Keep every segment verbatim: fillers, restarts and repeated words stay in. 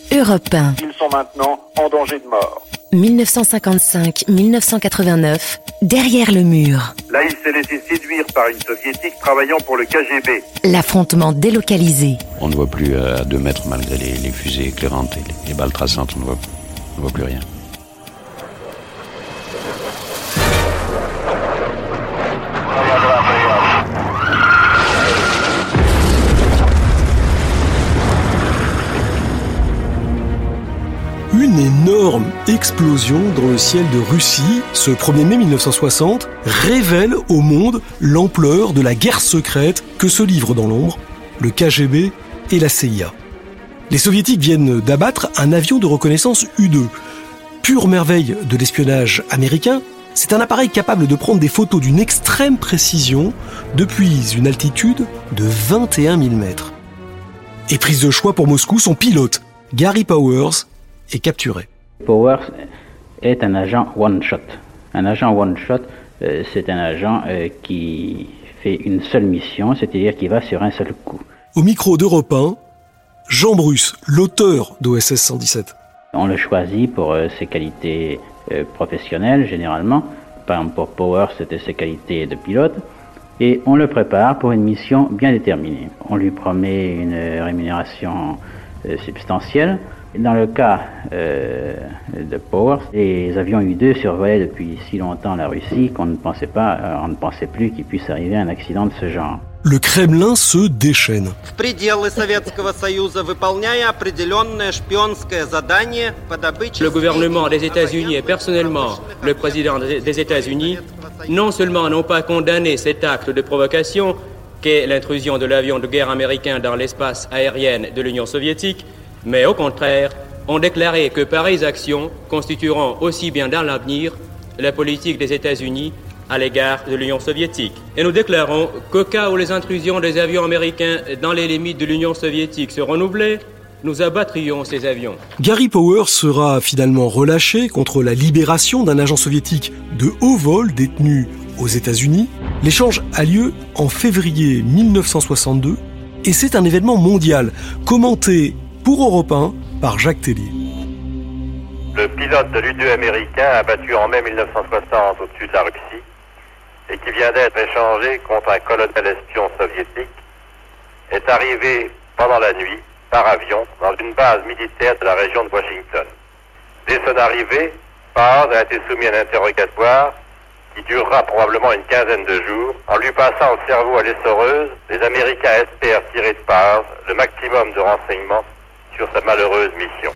Europe un. Ils sont maintenant en danger de mort. dix-neuf cent cinquante-cinq à dix-neuf cent quatre-vingt-neuf, derrière le mur. Là, il s'est laissé séduire par une soviétique travaillant pour le K G B. L'affrontement délocalisé. On ne voit plus à deux mètres malgré les, les fusées éclairantes et les, les balles traçantes, on ne voit, on ne voit plus rien. Une énorme explosion dans le ciel de Russie, ce premier mai mille neuf cent soixante, révèle au monde l'ampleur de la guerre secrète que se livrent dans l'ombre le K G B et la C I A. Les soviétiques viennent d'abattre un avion de reconnaissance U deux. Pure merveille de l'espionnage américain, c'est un appareil capable de prendre des photos d'une extrême précision depuis une altitude de vingt et un mille mètres. Et prise de choix pour Moscou, son pilote, Gary Powers, est capturé. Powers est un agent one-shot. Un agent one-shot, euh, c'est un agent euh, qui fait une seule mission, c'est-à-dire qui va sur un seul coup. Au micro d'Europe un, Jean Bruce, l'auteur d'O S S cent dix-sept. On le choisit pour euh, ses qualités euh, professionnelles, généralement. Par exemple, pour Powers, c'était ses qualités de pilote. Et on le prépare pour une mission bien déterminée. On lui promet une rémunération euh, substantielle. Dans le cas euh, de Powers, les avions U deux survolaient depuis si longtemps la Russie qu'on ne pensait pas, euh, on ne pensait plus qu'il puisse arriver un accident de ce genre. Le Kremlin se déchaîne. Le gouvernement des États-Unis et personnellement le président des États-Unis non seulement n'ont pas condamné cet acte de provocation qu'est l'intrusion de l'avion de guerre américain dans l'espace aérien de l'Union soviétique, mais au contraire, ont déclaré que pareilles actions constitueront aussi bien dans l'avenir la politique des États-Unis à l'égard de l'Union soviétique. Et nous déclarons qu'au cas où les intrusions des avions américains dans les limites de l'Union soviétique se renouvelaient, nous abattrions ces avions. Gary Powers sera finalement relâché contre la libération d'un agent soviétique de haut vol détenu aux États-Unis. L'échange a lieu en février mille neuf cent soixante-deux et c'est un événement mondial commenté pour Europe un par Jacques Tellier. Le pilote de l'U deux américain abattu en mai mille neuf cent soixante au-dessus de la Russie et qui vient d'être échangé contre un colonel espion soviétique est arrivé pendant la nuit par avion dans une base militaire de la région de Washington. Dès son arrivée, Powers a été soumis à un interrogatoire qui durera probablement une quinzaine de jours. En lui passant le cerveau à l'essoreuse, les Américains espèrent tirer de Powers le maximum de renseignements sur sa malheureuse mission.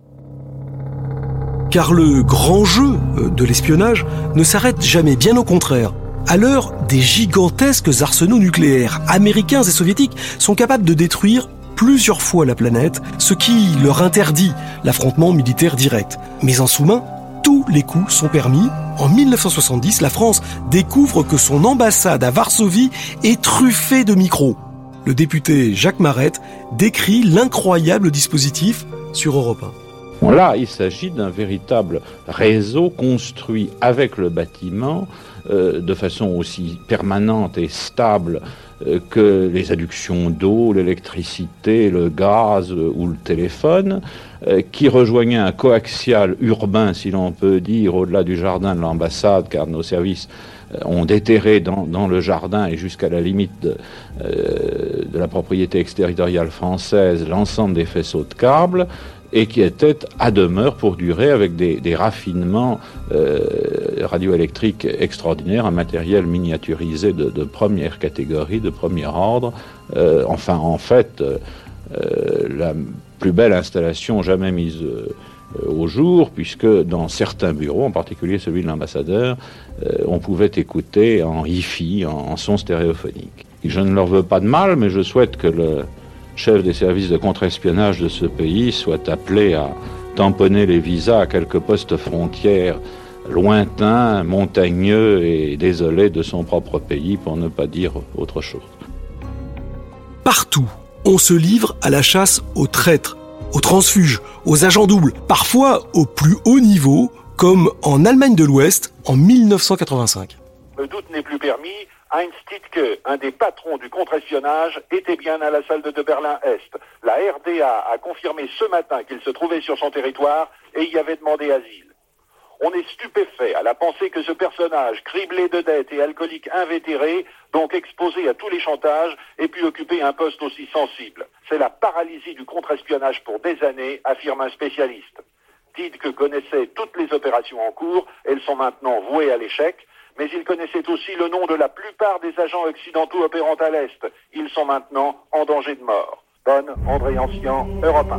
Car le grand jeu de l'espionnage ne s'arrête jamais, bien au contraire. À l'heure des gigantesques arsenaux nucléaires, américains et soviétiques sont capables de détruire plusieurs fois la planète, ce qui leur interdit l'affrontement militaire direct. Mais en sous-main, tous les coups sont permis. En mille neuf cent soixante-dix, la France découvre que son ambassade à Varsovie est truffée de micros. Le député Jacques Marette décrit l'incroyable dispositif sur Europe un. Bon, là, il s'agit d'un véritable réseau construit avec le bâtiment euh, de façon aussi permanente et stable euh, que les adductions d'eau, l'électricité, le gaz euh, ou le téléphone, euh, qui rejoignait un coaxial urbain, si l'on peut dire, au-delà du jardin de l'ambassade, car nos services ont déterré dans, dans le jardin et jusqu'à la limite de, euh, de la propriété exterritoriale française l'ensemble des faisceaux de câbles et qui était à demeure pour durer avec des, des raffinements euh, radioélectriques extraordinaires, un matériel miniaturisé de, de première catégorie, de premier ordre. Euh, enfin, en fait, euh, la plus belle installation jamais mise euh, au jour, puisque dans certains bureaux, en particulier celui de l'ambassadeur, euh, on pouvait écouter en hi-fi, en, en son stéréophonique. Et je ne leur veux pas de mal, mais je souhaite que le chef des services de contre-espionnage de ce pays soit appelé à tamponner les visas à quelques postes frontières lointains, montagneux et désolés de son propre pays, pour ne pas dire autre chose. Partout, on se livre à la chasse aux traîtres, aux transfuges, aux agents doubles, parfois au plus haut niveau, comme en Allemagne de l'Ouest en mille neuf cent quatre-vingt-cinq. Le doute n'est plus permis. Heinz Tiedtke, un des patrons du contre-espionnage, était bien à la salle de Berlin-Est. La R D A a confirmé ce matin qu'il se trouvait sur son territoire et y avait demandé asile. On est stupéfait à la pensée que ce personnage, criblé de dettes et alcoolique invétéré, donc exposé à tous les chantages, ait pu occuper un poste aussi sensible. C'est la paralysie du contre-espionnage pour des années, affirme un spécialiste. Tiedtke connaissait toutes les opérations en cours, elles sont maintenant vouées à l'échec, mais il connaissait aussi le nom de la plupart des agents occidentaux opérant à l'Est. Ils sont maintenant en danger de mort. Bonne, André Ancien, Europe un.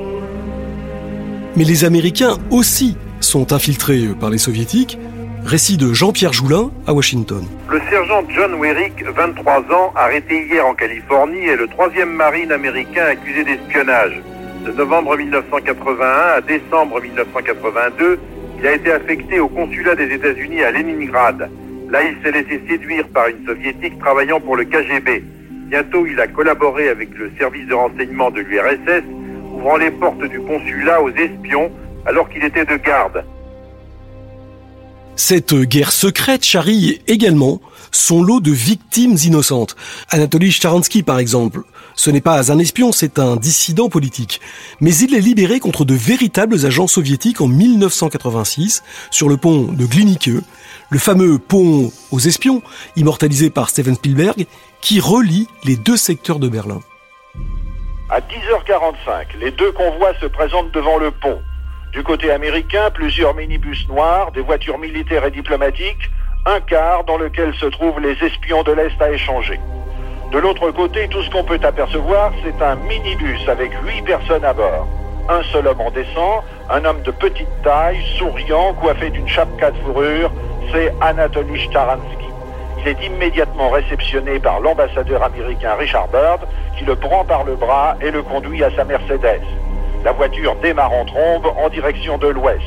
Mais les Américains aussi sont infiltrés par les Soviétiques. Récit de Jean-Pierre Joulin à Washington. Le sergent John Werrick, vingt-trois ans, arrêté hier en Californie, est le troisième marine américain accusé d'espionnage. De novembre mille neuf cent quatre-vingt-un à décembre mille neuf cent quatre-vingt-deux, il a été affecté au consulat des États-Unis à Leningrad. Là, il s'est laissé séduire par une soviétique travaillant pour le K G B. Bientôt, il a collaboré avec le service de renseignement de l'U R S S, ouvrant les portes du consulat aux espions alors qu'il était de garde. Cette guerre secrète charrie également son lot de victimes innocentes. Anatoly Sharansky, par exemple, ce n'est pas un espion, c'est un dissident politique. Mais il est libéré contre de véritables agents soviétiques en mille neuf cent quatre-vingt-six sur le pont de Glienicke, le fameux pont aux espions, immortalisé par Steven Spielberg, qui relie les deux secteurs de Berlin. À dix heures quarante-cinq, les deux convois se présentent devant le pont. Du côté américain, plusieurs minibus noirs, des voitures militaires et diplomatiques, un car dans lequel se trouvent les espions de l'Est à échanger. De l'autre côté, tout ce qu'on peut apercevoir, c'est un minibus avec huit personnes à bord. Un seul homme en descend, un homme de petite taille, souriant, coiffé d'une chapka de fourrure, c'est Anatoly Sharansky. Il est immédiatement réceptionné par l'ambassadeur américain Richard Byrd, qui le prend par le bras et le conduit à sa Mercedes. La voiture démarre en trombe en direction de l'ouest.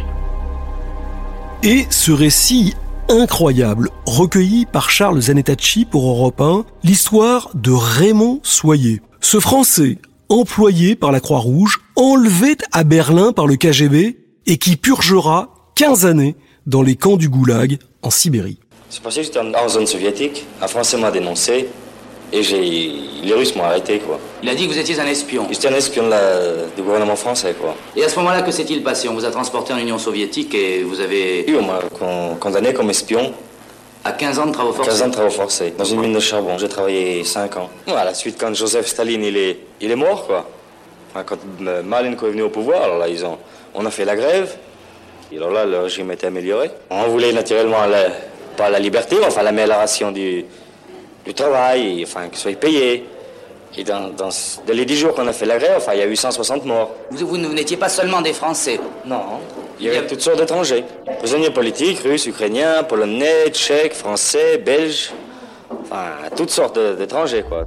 Et ce récit incroyable, recueilli par Charles Zanettacci pour Europe un, l'histoire de Raymond Soyer. Ce Français, employé par la Croix-Rouge, enlevé à Berlin par le K G B et qui purgera quinze années dans les camps du Goulag en Sibérie. C'est passé que j'étais en zone soviétique, un Français m'a dénoncé et j'ai... les Russes m'ont arrêté, quoi. Il a dit que vous étiez un espion. J'étais un espion de la... du gouvernement français, quoi. Et à ce moment-là, que s'est-il passé? On vous a transporté en Union soviétique et vous avez... Oui, on m'a con... condamné comme espion. À quinze ans de travaux forcés? quinze ans de travaux forcés, dans une mine de charbon. J'ai travaillé cinq ans. Bon, à la suite, quand Joseph Staline, il est, il est mort, quoi. Enfin, quand Malenko est venu au pouvoir, alors là, ils ont... on a fait la grève. Et alors là, le régime était amélioré. On voulait naturellement, la... pas la liberté, enfin l'amélioration du... du travail, enfin, qu'ils soient payés. Et dans, dans, dans les dix jours qu'on a fait la grève, enfin, il y a eu cent soixante morts. Vous, vous n'étiez pas seulement des Français? Non, il y avait toutes sortes d'étrangers. Prisonniers politiques, russes, ukrainiens, polonais, tchèques, français, belges, enfin, toutes sortes d'étrangers, quoi.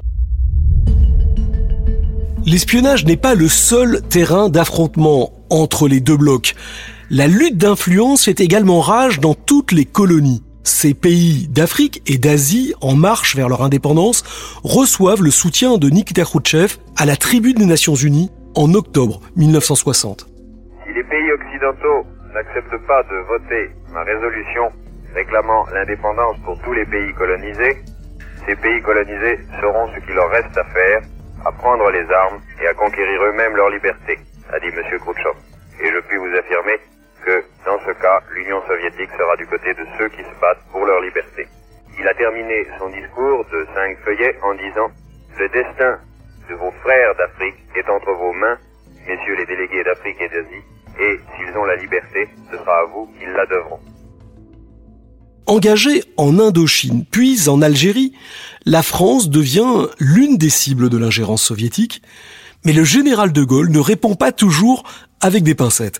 L'espionnage n'est pas le seul terrain d'affrontement entre les deux blocs. La lutte d'influence fait également rage dans toutes les colonies. Ces pays d'Afrique et d'Asie, en marche vers leur indépendance, reçoivent le soutien de Nikita Khrouchtchev à la Tribune des Nations Unies en octobre mille neuf cent soixante. Si les pays occidentaux n'acceptent pas de voter ma résolution réclamant l'indépendance pour tous les pays colonisés, ces pays colonisés sauront ce qu'il leur reste à faire, à prendre les armes et à conquérir eux-mêmes leur liberté, a dit M. Khrouchtchev. Et je puis vous affirmer que, dans ce cas, l'Union soviétique sera du côté de ceux qui se battent pour leur liberté. Il a terminé son discours de cinq feuillets en disant « Le destin de vos frères d'Afrique est entre vos mains, messieurs les délégués d'Afrique et d'Asie, et s'ils ont la liberté, ce sera à vous qu'ils la devront. » Engagée en Indochine, puis en Algérie, la France devient l'une des cibles de l'ingérence soviétique, mais le général de Gaulle ne répond pas toujours avec des pincettes.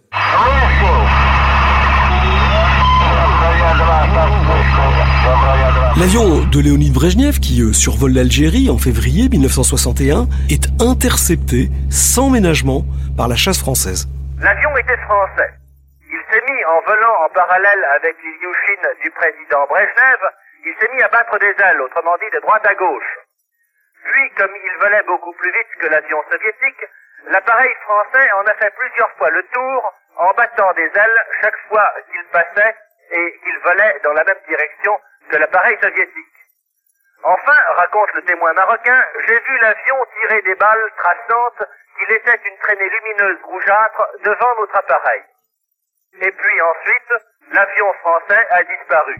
L'avion de Léonid Brejnev, qui survole l'Algérie en février mille neuf cent soixante et un, est intercepté sans ménagement par la chasse française. L'avion était français. Il s'est mis, en volant en parallèle avec l'Ilyushin du président Brejnev, il s'est mis à battre des ailes, autrement dit de droite à gauche. Puis, comme il volait beaucoup plus vite que l'avion soviétique, l'appareil français en a fait plusieurs fois le tour en battant des ailes chaque fois qu'il passait et qu'il volait dans la même direction que l'appareil soviétique. Enfin, raconte le témoin marocain, j'ai vu l'avion tirer des balles traçantes qui laissaient une traînée lumineuse rougeâtre devant notre appareil. Et puis ensuite, l'avion français a disparu.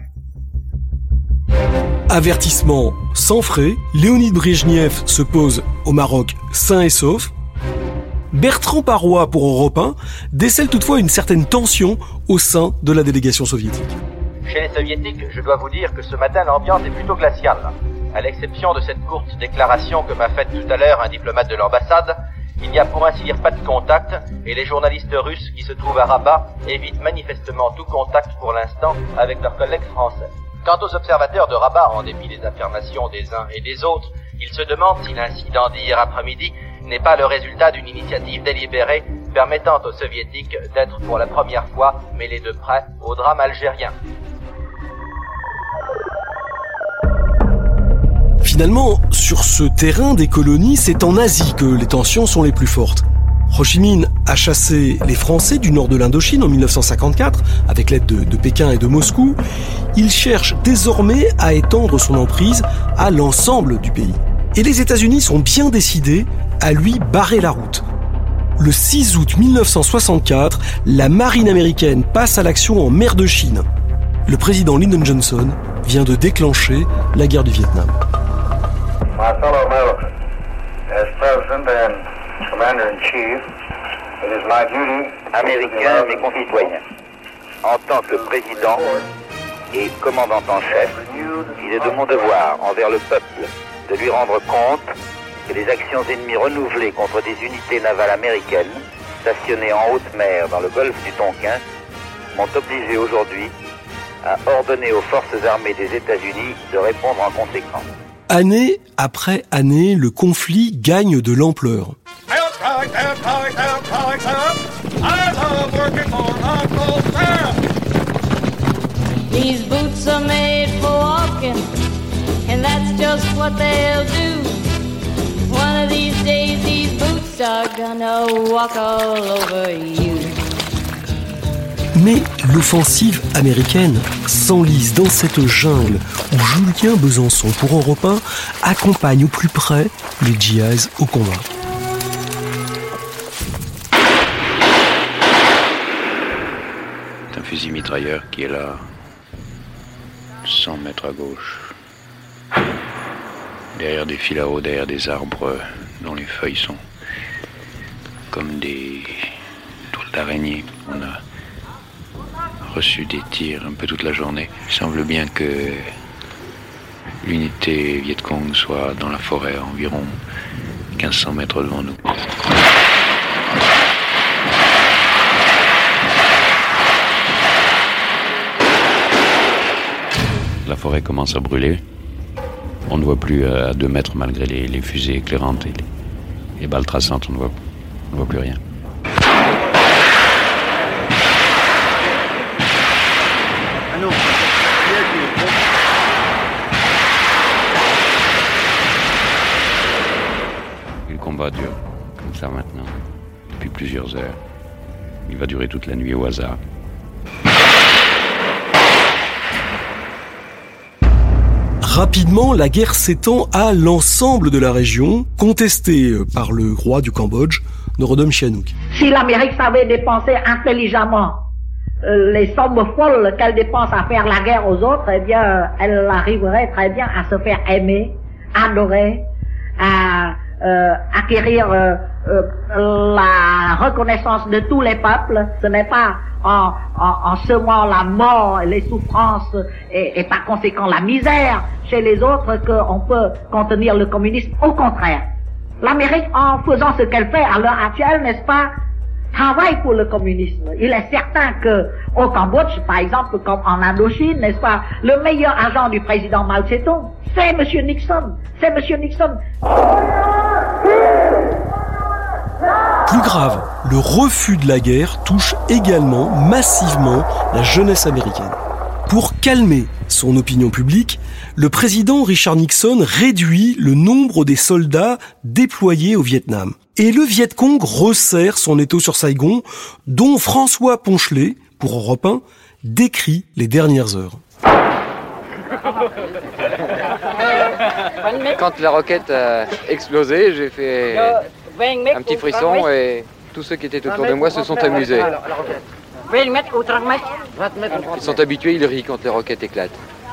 Avertissement sans frais, Léonid Brejnev se pose au Maroc sain et sauf. Bertrand Parois, pour Europe un, décèle toutefois une certaine tension au sein de la délégation soviétique. Chez les soviétiques, je dois vous dire que ce matin, l'ambiance est plutôt glaciale. À l'exception de cette courte déclaration que m'a faite tout à l'heure un diplomate de l'ambassade, il n'y a pour ainsi dire pas de contact, et les journalistes russes qui se trouvent à Rabat évitent manifestement tout contact pour l'instant avec leurs collègues français. Quant aux observateurs de Rabat, en dépit des affirmations des uns et des autres, ils se demandent si l'incident d'hier après-midi n'est pas le résultat d'une initiative délibérée permettant aux soviétiques d'être pour la première fois mêlés de près au drame algérien. Finalement, sur ce terrain des colonies, c'est en Asie que les tensions sont les plus fortes. Ho Chi Minh a chassé les Français du nord de l'Indochine en mille neuf cent cinquante-quatre, avec l'aide de, de Pékin et de Moscou. Il cherche désormais à étendre son emprise à l'ensemble du pays. Et les États-Unis sont bien décidés à lui barrer la route. Le six août mille neuf cent soixante-quatre, la marine américaine passe à l'action en mer de Chine. Le président Lyndon Johnson vient de déclencher la guerre du Vietnam. My fellow Americans, as President and Commander-in-Chief, it is my duty... Américains, mes concitoyens, en tant que président et commandant en chef, il est de mon devoir envers le peuple de lui rendre compte que les actions ennemies renouvelées contre des unités navales américaines stationnées en haute mer dans le golfe du Tonkin m'ont obligé aujourd'hui à ordonner aux forces armées des États-Unis de répondre en conséquence. Année après année, le conflit gagne de l'ampleur. These boots are made for walking, and that's just what they'll do. One of these days, these boots are gonna walk all over you. Mais l'offensive américaine s'enlise dans cette jungle où Julien Besançon, pour Europe un, accompagne au plus près les djihadistes au combat. C'est un fusil mitrailleur qui est là, cent mètres à gauche, derrière des fils à eau, derrière des arbres dont les feuilles sont comme des toiles d'araignée. On a reçu des tirs un peu toute la journée. Il semble bien que l'unité Viet Cong soit dans la forêt à environ quinze cents mètres devant nous. La forêt commence à brûler. On ne voit plus à deux mètres malgré les, les fusées éclairantes et les, les balles traçantes. On ne voit, on ne voit plus rien. Le combat dure comme ça maintenant, depuis plusieurs heures. Il va durer toute la nuit au hasard. Rapidement, la guerre s'étend à l'ensemble de la région, contestée par le roi du Cambodge, Norodom Sihanouk. Si l'Amérique savait dépenser intelligemment euh, les sommes folles qu'elle dépense à faire la guerre aux autres, eh bien, elle arriverait très bien à se faire aimer, adorer, à euh, acquérir euh, euh, la reconnaissance de tous les peuples. Ce n'est pas en, en, en semant la mort, les souffrances et, et par conséquent la misère chez les autres qu'on peut contenir le communisme. Au contraire, l'Amérique, en faisant ce qu'elle fait à l'heure actuelle, n'est-ce pas, travaille pour le communisme. Il est certain que au Cambodge, par exemple, comme en Indochine, n'est-ce pas, le meilleur agent du président Mao Tse-tung, c'est Monsieur Nixon. C'est Monsieur Nixon. Plus grave, le refus de la guerre touche également massivement la jeunesse américaine. Pour calmer son opinion publique, le président Richard Nixon réduit le nombre des soldats déployés au Vietnam. Et le Viet Cong resserre son étau sur Saigon, dont François Ponchelet, pour Europe un, décrit les dernières heures. Quand la roquette a explosé, j'ai fait un petit frisson et tous ceux qui étaient autour de moi se sont amusés. Ils sont habitués, ils rient quand les roquettes éclatent.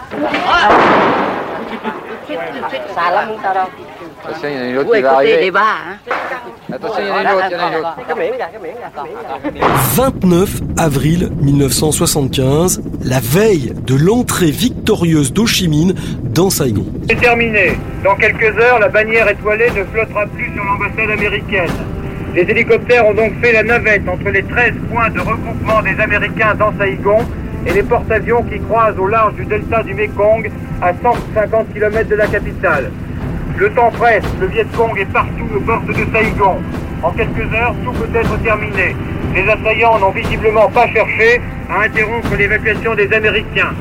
Attention, il y en a une autre qui va arriver. Attention, il y en a une autre, il y en a une autre. vingt-neuf avril mille neuf cent soixante-quinze, la veille de l'entrée victorieuse d'Ho Chi Minh dans Saigon. C'est terminé. Dans quelques heures, la bannière étoilée ne flottera plus sur l'ambassade américaine. Les hélicoptères ont donc fait la navette entre les treize points de regroupement des Américains dans Saigon et les porte-avions qui croisent au large du delta du Mekong à cent cinquante kilomètres de la capitale. Le temps presse, le Viet Cong est partout aux portes de Saigon. En quelques heures, tout peut être terminé. Les assaillants n'ont visiblement pas cherché à interrompre l'évacuation des Américains.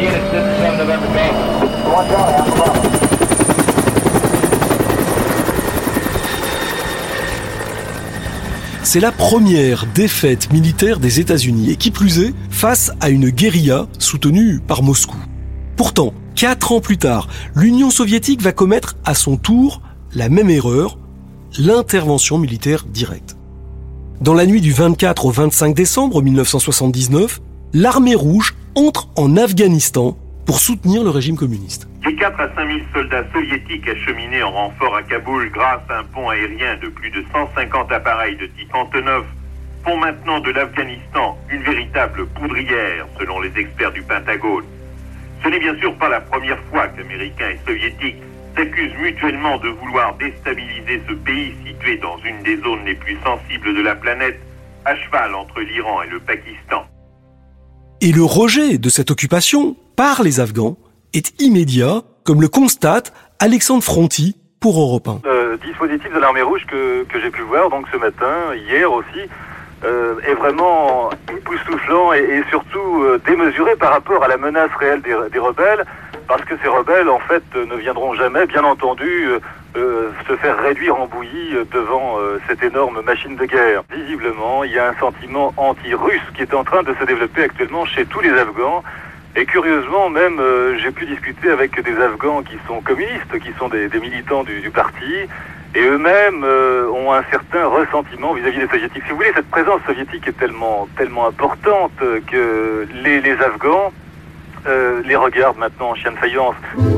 C'est la première défaite militaire des États-Unis, et qui plus est, face à une guérilla soutenue par Moscou. Pourtant, quatre ans plus tard, l'Union soviétique va commettre à son tour la même erreur, l'intervention militaire directe. Dans la nuit du vingt-quatre au vingt-cinq décembre mille neuf cent soixante-dix-neuf, l'armée rouge entre en Afghanistan pour soutenir le régime communiste. Les quatre à cinq mille soldats soviétiques acheminés en renfort à Kaboul grâce à un pont aérien de plus de cent cinquante appareils de type Antonov font maintenant de l'Afghanistan une véritable poudrière, selon les experts du Pentagone. Ce n'est bien sûr pas la première fois qu'Américains et Soviétiques s'accusent mutuellement de vouloir déstabiliser ce pays situé dans une des zones les plus sensibles de la planète, à cheval entre l'Iran et le Pakistan. Et le rejet de cette occupation par les Afghans est immédiat, comme le constate Alexandre Fronti pour Europe un. Le dispositif de l'armée rouge que, que j'ai pu voir donc ce matin, hier aussi, euh, est vraiment époustouflant et, et surtout euh, démesuré par rapport à la menace réelle des, des rebelles, parce que ces rebelles, en fait, ne viendront jamais, bien entendu, euh, euh, se faire réduire en bouillie devant euh, cette énorme machine de guerre. Visiblement, il y a un sentiment anti-russe qui est en train de se développer actuellement chez tous les Afghans. Et curieusement, même, euh, j'ai pu discuter avec des Afghans qui sont communistes, qui sont des, des militants du, du parti, et eux-mêmes euh, ont un certain ressentiment vis-à-vis des Soviétiques. Si vous voulez, cette présence soviétique est tellement, tellement importante que les, les Afghans euh, les regardent maintenant en chien de faïence.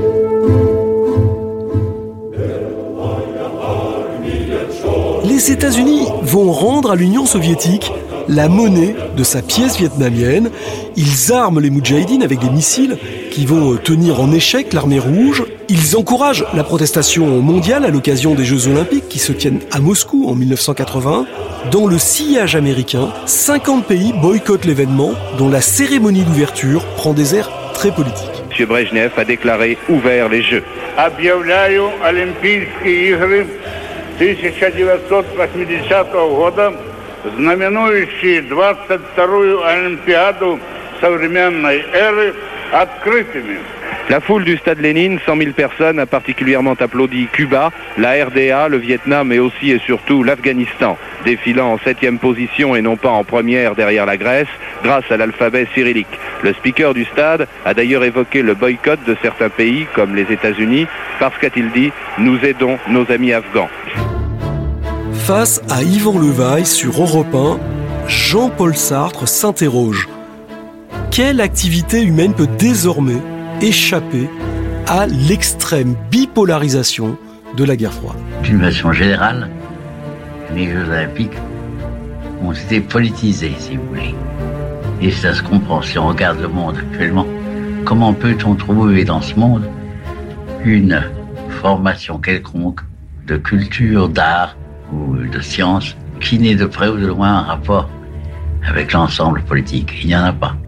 Les États-Unis vont rendre à l'Union soviétique la monnaie de sa pièce vietnamienne. Ils arment les Moudjahidines avec des missiles qui vont tenir en échec l'armée rouge. Ils encouragent la protestation mondiale à l'occasion des Jeux Olympiques qui se tiennent à Moscou en mille neuf cent quatre-vingts. Dans le sillage américain, cinquante pays boycottent l'événement dont la cérémonie d'ouverture prend des airs très politiques. M. Brejnev a déclaré ouvert les Jeux. Объявляю Олимпийские игры тысяча девятьсот восьмидесятого года, знаменующие двадцать вторую Олимпиаду современной эры, открытыми. La foule du stade Lénine, cent mille personnes, a particulièrement applaudi Cuba, la R D A, le Vietnam et aussi et surtout l'Afghanistan, défilant en septième position et non pas en première derrière la Grèce, grâce à l'alphabet cyrillique. Le speaker du stade a d'ailleurs évoqué le boycott de certains pays, comme les États-Unis, parce qu'a-t-il dit, nous aidons nos amis afghans. Face à Yvan Levaille sur Europe un, Jean-Paul Sartre s'interroge. Quelle activité humaine peut désormais échapper à l'extrême bipolarisation de la guerre froide? D'une façon générale, les Jeux Olympiques ont été politisés, si vous voulez. Et ça se comprend si on regarde le monde actuellement. Comment peut-on trouver dans ce monde une formation quelconque de culture, d'art ou de science qui n'ait de près ou de loin un rapport avec l'ensemble politique? Il n'y en a pas.